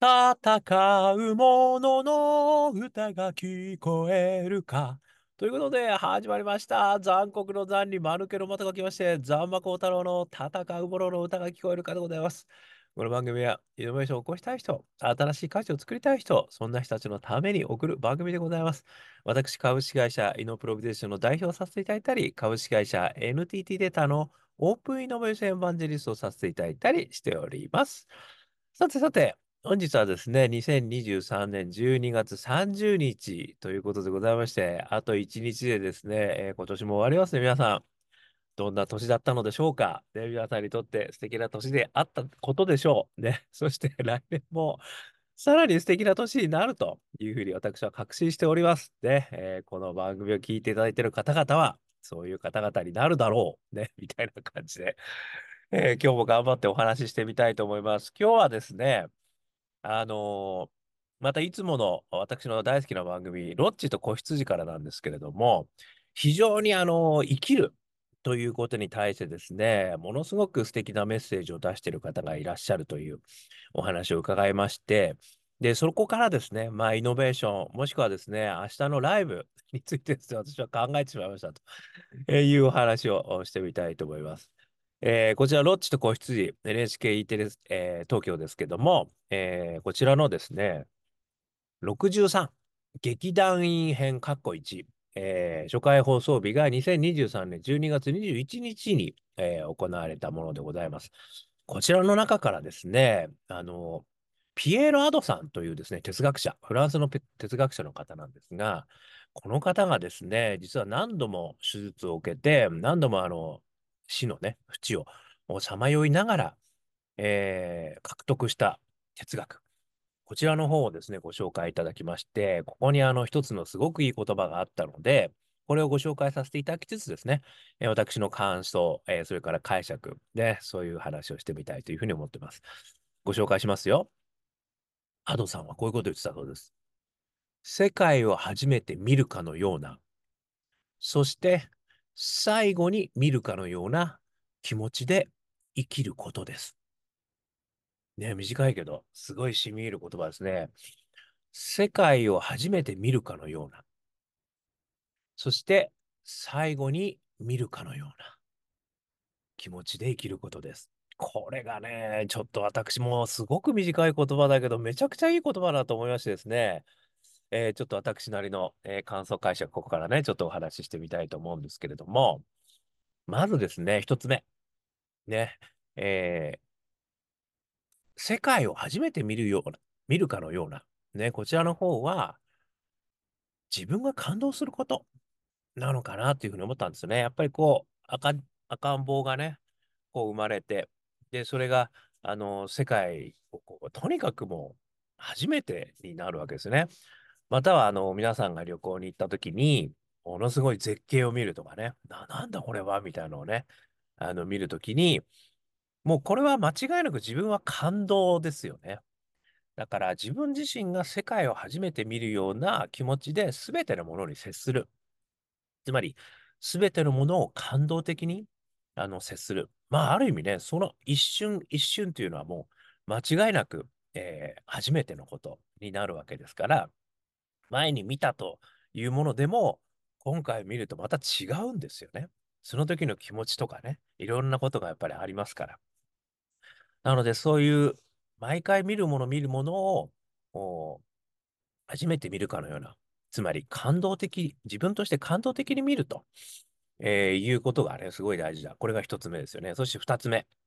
戦う者の歌が聞こえるか。ということで、始まりました。残酷の残に間抜けの又が来まして、残魔高太郎の戦う者の歌が聞こえるかでございます。この番組は、イノベーションを起こしたい人、新しい価値を作りたい人、そんな人たちのために送る番組でございます。私、株式会社イノプロビゼーションの代表をさせていただいたり、株式会社 NTT データのオープンイノベーションエヴァンジェリストをさせていただいたりしております。さてさて、本日はですね、2023年12月30日ということでございまして、あと1日でですね、今年も終わりますね、皆さん。どんな年だったのでしょうか。ね、皆さんにとって素敵な年であったことでしょう。ね。そして来年もさらに素敵な年になるというふうに私は確信しております。で、この番組を聞いていただいている方々は、そういう方々になるだろう。ね。みたいな感じで、今日も頑張ってお話ししてみたいと思います。今日はですね、あのーまたいつもの私の大好きな番組、ロッチと子羊からなんですけれども、非常に生きるということに対してですね、ものすごく素敵なメッセージを出している方がいらっしゃるというお話を伺いまして、で、そこからですね、まあ、イノベーション、もしくはですね、明日のライブについてですね、私は考えてしまいましたというお話をしてみたいと思います。こちら、ロッチと子羊、NHKE テレ、東京ですけども、こちらのですね、63、劇団員編括弧1、初回放送日が2023年12月21日に、行われたものでございます。こちらの中からですね、ピエール・アドさんというですね、哲学者、フランスの哲学者の方なんですが、この方がですね、実は何度も手術を受けて、何度も死のね、淵をさまよいながら、獲得した哲学。こちらの方をですね、ご紹介いただきまして、ここに一つのすごくいい言葉があったので、これをご紹介させていただきつつですね、私の感想、それから解釈で、そういう話をしてみたいというふうに思っています。ご紹介しますよ。アドさんはこういうことを言ってたそうです。世界を初めて見るかのような、そして最後に見るかのような気持ちで生きることです。ね、短いけど、すごい染み入る言葉ですね。世界を初めて見るかのような、そして最後に見るかのような気持ちで生きることです。これがね、ちょっと私もすごく短い言葉だけど、めちゃくちゃいい言葉だと思いましてですね、ちょっと私なりの、感想解釈、ここからね、ちょっとお話ししてみたいと思うんですけれども、まずですね、一つ目。ね、え世界を初めて見るような、見るかのような、ね、こちらの方は、自分が感動することなのかなっていうふうに思ったんですよね。やっぱりこう、赤ん坊がね、こう生まれて、で、それが、世界をこう、とにかくもう、初めてになるわけですね。または、皆さんが旅行に行った時に、ものすごい絶景を見るとかね、なんだこれはみたいなのをね、見るときに、もうこれは間違いなく自分は感動ですよね。だから自分自身が世界を初めて見るような気持ちで全てのものに接する。つまり、全てのものを感動的に接する。まあ、ある意味ね、その一瞬一瞬というのはもう間違いなく、初めてのことになるわけですから、前に見たというものでも、今回見るとまた違うんですよね。その時の気持ちとかね、いろんなことがやっぱりありますから。なので、そういう、毎回見るものを、こう初めて見るかのような、つまり感動的、自分として感動的に見ると、いうことがね、すごい大事だ。これが一つ目ですよね。そして二つ目、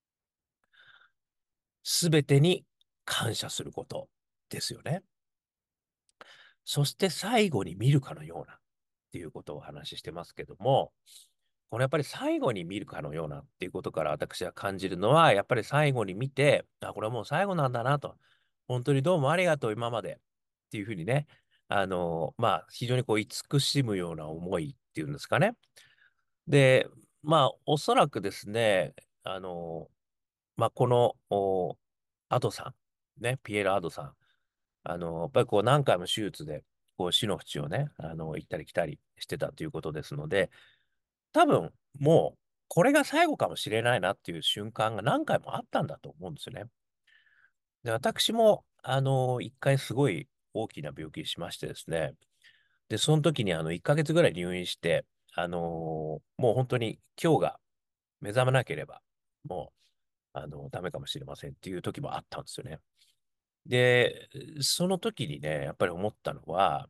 すべてに感謝することですよね。そして最後に見るかのようなっていうことをお話ししてますけども、これやっぱり最後に見るかのようなっていうことから私は感じるのは、やっぱり最後に見て、あ、これはもう最後なんだなと。本当にどうもありがとう、今まで。っていうふうにね、まあ、非常にこう、慈しむような思いっていうんですかね。で、まあ、おそらくですね、まあ、この、アドさん、ね、ピエール・アドさん、やっぱりこう、何回も手術で、こう、死の淵をね、行ったり来たりしてたということですので、多分、もう、これが最後かもしれないなっていう瞬間が何回もあったんだと思うんですよね。で、私も、 一回すごい大きな病気しましてですね。で、その時に1ヶ月ぐらい入院して、もう本当に今日が目覚めなければ、もう、ダメかもしれませんっていう時もあったんですよね。で、その時にね、やっぱり思ったのは、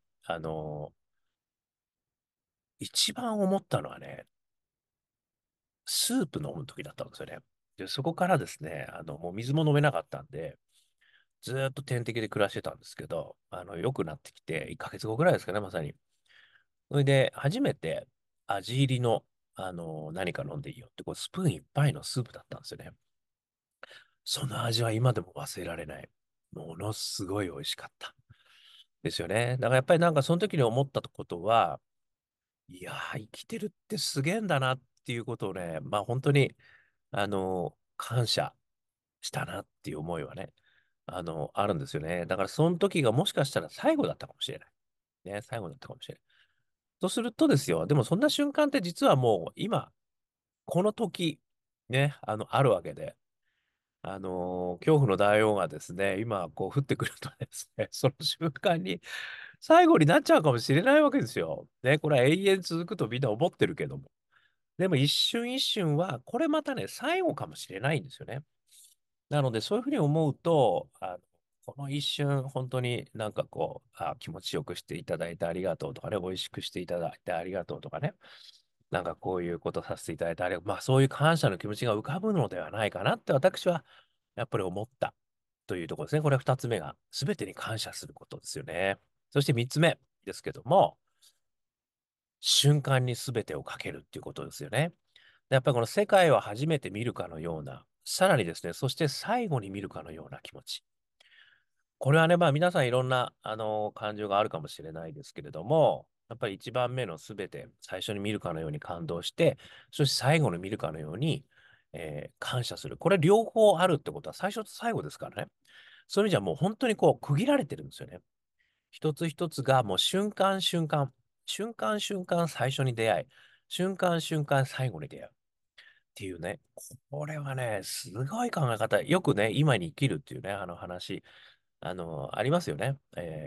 一番思ったのはね、スープ飲む時だったんですよね。で、そこからですね、もう水も飲めなかったんで、ずーっと点滴で暮らしてたんですけど、良くなってきて、1ヶ月後ぐらいですかね、まさに。それで、初めて味入りの、何か飲んでいいよって、こうスプーンいっぱいのスープだったんですよね。その味は今でも忘れられない。ものすごい美味しかった。ですよね。だからやっぱりなんかその時に思ったことは、いやー、生きてるってすげえんだなっていうことをね、まあ本当に、感謝したなっていう思いはね、あるんですよね。だからその時がもしかしたら最後だったかもしれない。ね、最後だったかもしれない。とするとですよ、でもそんな瞬間って実はもう今、この時、ね、あるわけで、恐怖の大王がですね、今、こう降ってくるとですね、その瞬間に最後になっちゃうかもしれないわけですよ。ね、これは永遠続くとみんな思ってるけども。でも一瞬一瞬は、これまたね、最後かもしれないんですよね。なので、そういうふうに思うと、この一瞬、本当になんかこう、気持ちよくしていただいてありがとうとかね、美味しくしていただいてありがとうとかね、なんかこういうことさせていただいてありがとう。まあそういう感謝の気持ちが浮かぶのではないかなって私はやっぱり思ったというところですね。これ二つ目が、すべてに感謝することですよね。そして三つ目ですけども、瞬間にすべてをかけるっていうことですよね。やっぱりこの世界を初めて見るかのような、さらにですね、そして最後に見るかのような気持ち。これはね、まあ皆さんいろんな、感情があるかもしれないですけれども、やっぱり一番目のすべて、最初に見るかのように感動して、そして最後に見るかのように、感謝する。これ両方あるってことは最初と最後ですからね。そういう意味じゃもう本当にこう区切られてるんですよね。一つ一つがもう瞬間瞬間、瞬間瞬間最初に出会い、瞬間瞬間最後に出会う。っていうね、これはね、すごい考え方。よくね、今に生きるっていうね、話、ありますよね。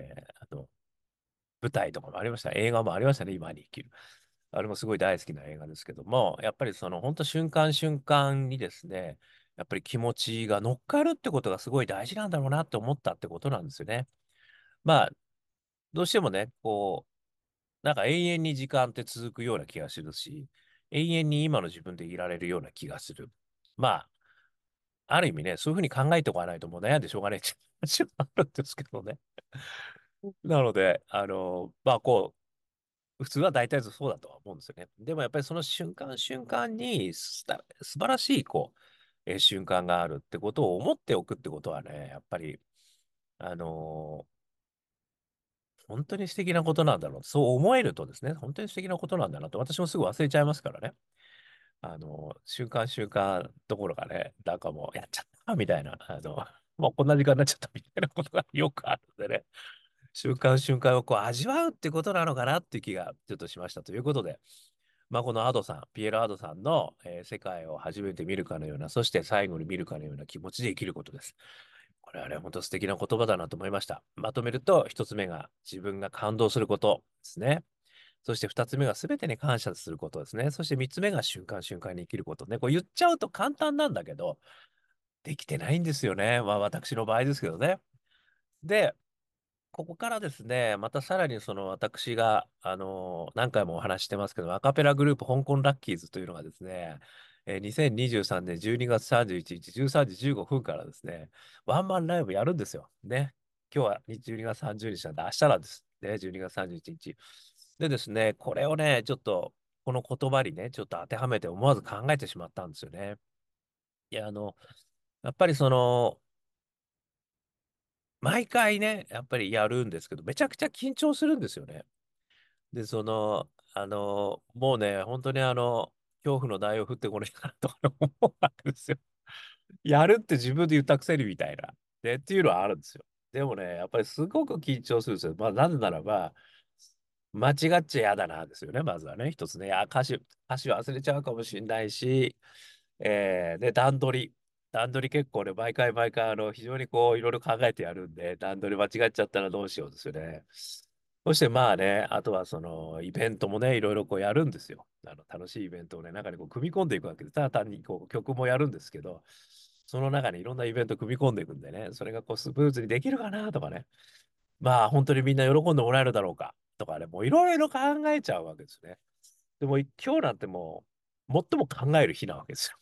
舞台とかもありました。映画もありましたね、今に生きる。あれもすごい大好きな映画ですけども、やっぱりその本当瞬間瞬間にですね、やっぱり気持ちが乗っかるってことがすごい大事なんだろうなって思ったってことなんですよね。まあ、どうしてもね、こう、なんか永遠に時間って続くような気がするし、永遠に今の自分でいられるような気がする。まあ、ある意味ね、そういうふうに考えておかないともう悩んでしょうがないっていう話はあるんですけどね。なので、まあこう、普通は大体そうだとは思うんですよね。でもやっぱりその瞬間瞬間に素晴らしいこう、瞬間があるってことを思っておくってことはね、やっぱり、あの本当に素敵なことなんだろう。そう思えるとですね、本当に素敵なことなんだなと、私もすぐ忘れちゃいますからね。瞬間瞬間どころかね、なんかもうやっちゃったみたいな、もうこんな時間になっちゃったみたいなことがよくあるのでね、瞬間瞬間をこう味わうってことなのかなっていう気がちょっとしましたということで、まあ、このアドさん、ピエール・アドさんの、世界を初めて見るかのような、そして最後に見るかのような気持ちで生きることです。これはね、本当素敵な言葉だなと思いました。まとめると、一つ目が自分が感動することですね。そして二つ目が全てに感謝することですね。そして三つ目が瞬間瞬間に生きることね。こう言っちゃうと簡単なんだけど、できてないんですよね。まあ私の場合ですけどね。で、ここからですね、またさらにその私が、何回もお話ししてますけど、アカペラグループ香港ラッキーズというのがですね、2023年12月31日13時15分からですね、ワンマンライブやるんですよ。ね。今日は12月30日なんで、明日なんです。ね、12月31日。でですね、これをね、ちょっと、この言葉にね、ちょっと当てはめて思わず考えてしまったんですよね。いや、やっぱりその、毎回ね、やっぱりやるんですけど、めちゃくちゃ緊張するんですよね。で、もうね、本当に恐怖の大を降ってこないかなとか思うわけですよ。やるって自分で言ったくせにみたいな。で、っていうのはあるんですよ。でもね、やっぱりすごく緊張するんですよ。まあ、なぜならば、間違っちゃ嫌だな、ですよね、まずはね。一つね、歌詞忘れちゃうかもしれないし、で、段取り。 段取り結構ね、毎回毎回、非常にこう、いろいろ考えてやるんで、段取り間違っちゃったらどうしようですよね。そしてまあね、あとはその、イベントもね、いろいろこうやるんですよ。楽しいイベントをね、中にこう組み込んでいくわけです。ただ単にこう曲もやるんですけど、その中にいろんなイベント組み込んでいくんでね、それがこうスムーズにできるかなとかね。まあ、本当にみんな喜んでもらえるだろうかとかね、もういろいろ考えちゃうわけですね。でも今日なんてもう、最も考える日なわけですよ。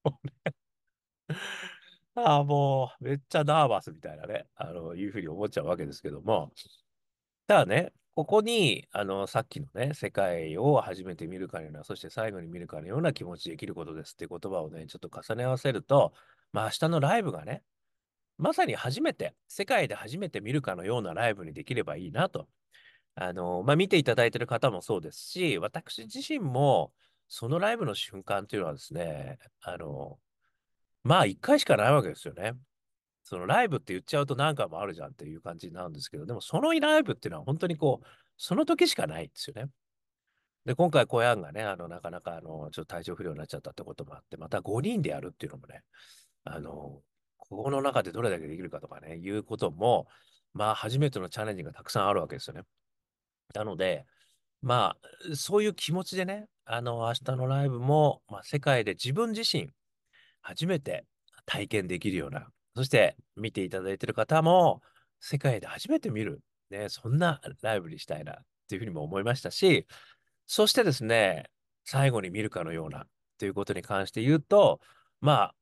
ああ、もう、めっちゃナーバスみたいなね、いうふうに思っちゃうわけですけども、ただね、ここに、さっきのね、世界を初めて見るかのような、そして最後に見るかのような気持ちで生きることですっていう言葉をね、ちょっと重ね合わせると、まあ、明日のライブがね、まさに初めて、世界で初めて見るかのようなライブにできればいいなと。まあ、見ていただいている方もそうですし、私自身も、そのライブの瞬間というのはですね、まあ、一回しかないわけですよね。そのライブって言っちゃうと何回もあるじゃんっていう感じなんですけど、でもそのライブっていうのは本当にこう、その時しかないんですよね。で、今回、小ヤンがね、なかなか、ちょっと体調不良になっちゃったってこともあって、また5人でやるっていうのもね、ここの中でどれだけできるかとかね、いうことも、まあ、初めてのチャレンジがたくさんあるわけですよね。なので、まあ、そういう気持ちでね、明日のライブも、まあ、世界で自分自身、初めて体験できるような、そして見ていただいている方も、世界で初めて見る、ね、そんなライブにしたいな、っていうふうにも思いましたし、そしてですね、最後に見るかのような、ということに関して言うと、ま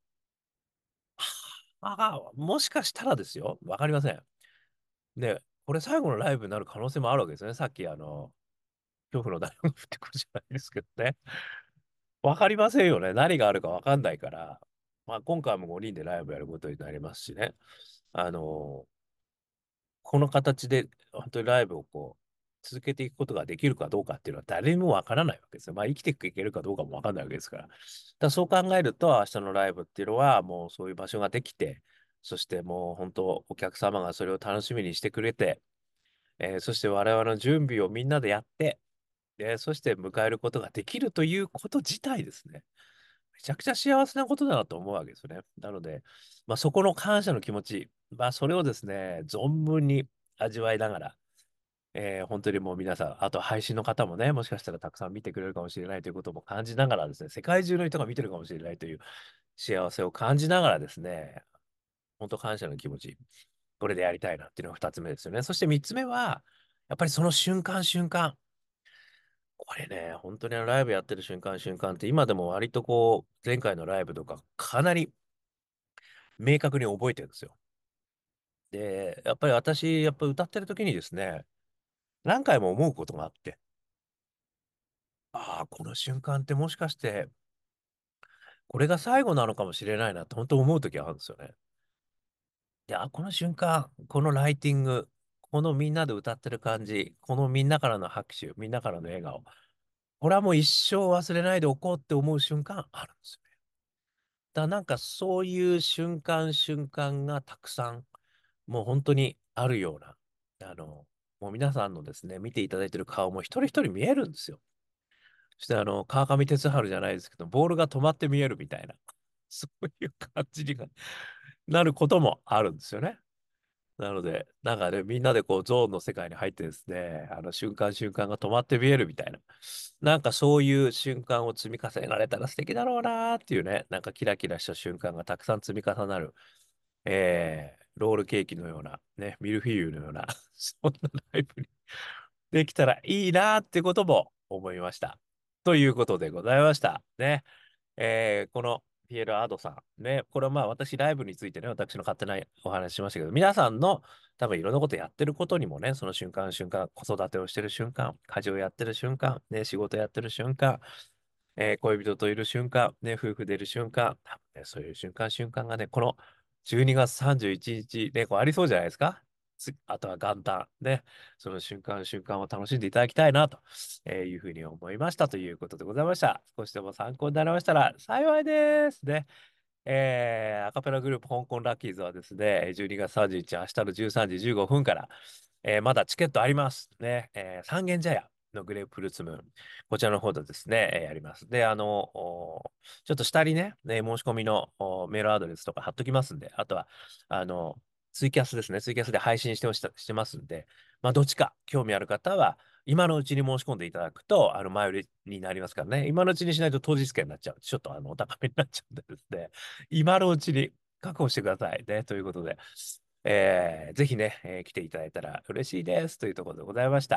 もしかしたらですよ、わかりません。で、これ最後のライブになる可能性もあるわけですね。さっき、恐怖のダイヤモンド降ってくるじゃないですけどね。わかりませんよね。何があるかわかんないから。まあ、今回も5人でライブやることになりますしね。あの、この形で本当にライブをこう、続けていくことができるかどうかっていうのは誰にもわからないわけですよ。まあ、生きていけるかどうかもわかんないわけですから。そう考えると、明日のライブっていうのは、もうそういう場所ができて、そしてもう本当、お客様がそれを楽しみにしてくれて、そして我々の準備をみんなでやって、そして迎えることができるということ自体ですね。めちゃくちゃ幸せなことだなと思うわけですよね。なので、まあ、そこの感謝の気持ち、まあ、それをですね、存分に味わいながら、本当にもう皆さん、あと配信の方もね、もしかしたらたくさん見てくれるかもしれないということも感じながらですね、世界中の人が見てるかもしれないという幸せを感じながらですね、本当感謝の気持ち、これでやりたいなっていうのが2つ目ですよね。そして3つ目は、やっぱりその瞬間瞬間、これね、本当にライブやってる瞬間瞬間って今でも割とこう、前回のライブとかかなり明確に覚えてるんですよ。で、やっぱり私、やっぱ歌ってる時にですね、何回も思うことがあって、ああ、この瞬間ってもしかして、これが最後なのかもしれないなって本当思う時があるんですよね。いや、この瞬間、このライティング、このみんなで歌ってる感じ、このみんなからの拍手、みんなからの笑顔、これはもう一生忘れないでおこうって思う瞬間あるんですよね。なんかそういう瞬間瞬間がたくさん、もう本当にあるような、もう皆さんのですね、見ていただいてる顔も一人一人見えるんですよ。そして川上哲治じゃないですけど、ボールが止まって見えるみたいな、そういう感じになることもあるんですよね。なので、なんかね、みんなでこうゾーンの世界に入ってですね、瞬間瞬間が止まって見えるみたいな、なんかそういう瞬間を積み重ねられたら素敵だろうなーっていうね、なんかキラキラした瞬間がたくさん積み重なる、ロールケーキのような、ね、ミルフィーユのような、そんなライブにできたらいいなーってことも思いました。ということでございました。ね。このピエール・アードさん、ね、これはまあ私ライブについてね、私の勝手なお話ししましたけど、皆さんの多分いろんなことやってることにもね、その瞬間瞬間、子育てをしてる瞬間、家事をやってる瞬間、ね、仕事やってる瞬間、恋人といる瞬間、ね、夫婦でいる瞬間、多分ね、そういう瞬間瞬間がね、この12月31日、ね、こうありそうじゃないですか。あとは元旦、ね、その瞬間瞬間を楽しんでいただきたいなというふうに思いましたということでございました。少しでも参考になりましたら幸いです。ね。アカペラグループ香港ラッキーズはですね、12月31日、明日の13時15分から、まだチケットあります。ね、三軒茶屋。 のグレープフルーツムーン。こちらの方でですね、やります。で、ちょっと下にね、申し込みのメールアドレスとか貼っときますんで、あとは、あの、ツイキャスですね。ツイキャスで配信してますんで、まあ、どっちか興味ある方は、今のうちに申し込んでいただくと、前売りになりますからね。今のうちにしないと当日券になっちゃう。ちょっとお高めになっちゃうんでですね。今のうちに確保してくださいね。ということで、ぜひね、来ていただいたら嬉しいです。というところでございました。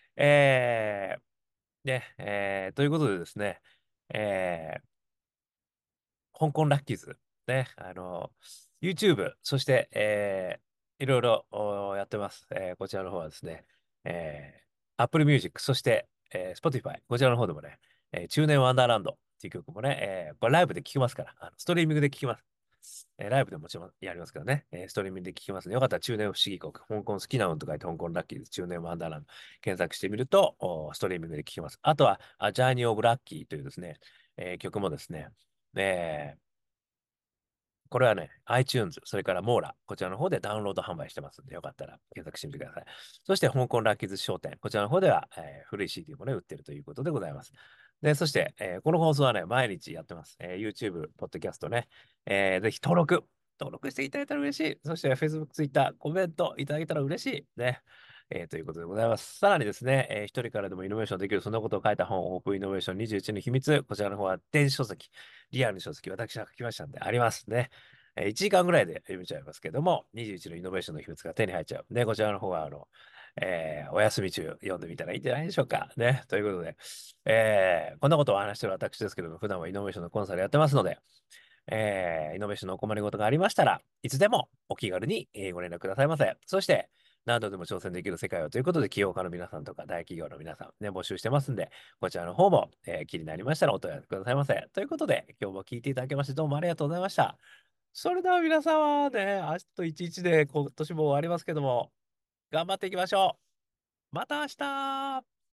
ということでですね、えー香港ラッキーズ、ね、YouTube、そして、いろいろやってます。こちらの方はですね、Apple Music、そして、Spotify、こちらの方でもね、中年ワンダーランドっていう曲もね、これライブで聴きますから、ストリーミングで聴きます。ライブでもちろんやりますけどね、ストリーミングで聴きますので、よかったら中年不思議国、香港好きなのと書いて香港ラッキーズ、中年ワンダーランド検索してみると、ストリーミングで聴きます。あとは、ジャーニー・オブ・ラッキーというですね、曲もですね、えーこれはね、iTunes、それからモーラ、こちらの方でダウンロード販売してますんで、よかったら検索してみてください。そして、香港ラッキーズ商店、こちらの方では、古い CD もね、売ってるということでございます。で、そして、この放送はね、毎日やってます。YouTube、ポッドキャストね、ぜひ登録していただいたら嬉しい。そして、Facebook、Twitter、コメントいただけたら嬉しい。ね。ということでございます。さらにですね、一人からでもイノベーションできる、そんなことを書いた本、オープンイノベーション21の秘密。こちらの方は電子書籍、リアルの書籍、私が書きましたんで、ありますね。1時間ぐらいで読めちゃいますけども、21のイノベーションの秘密が手に入っちゃう。で、こちらの方は、お休み中読んでみたらいいんじゃないでしょうか。ね。ということで、こんなことを話してる私ですけども、普段はイノベーションのコンサルやってますので、イノベーションのお困りごとがありましたらいつでもお気軽にご連絡くださいませ。そして、何度でも挑戦できる世界をということで、起業家の皆さんとか大企業の皆さん、ね、募集してますんで、こちらの方も、気になりましたらお問い合わせくださいませ。ということで、今日も聞いていただきましてどうもありがとうございました。それでは皆様ね、明日と一日で今年も終わりますけども、頑張っていきましょう。また明日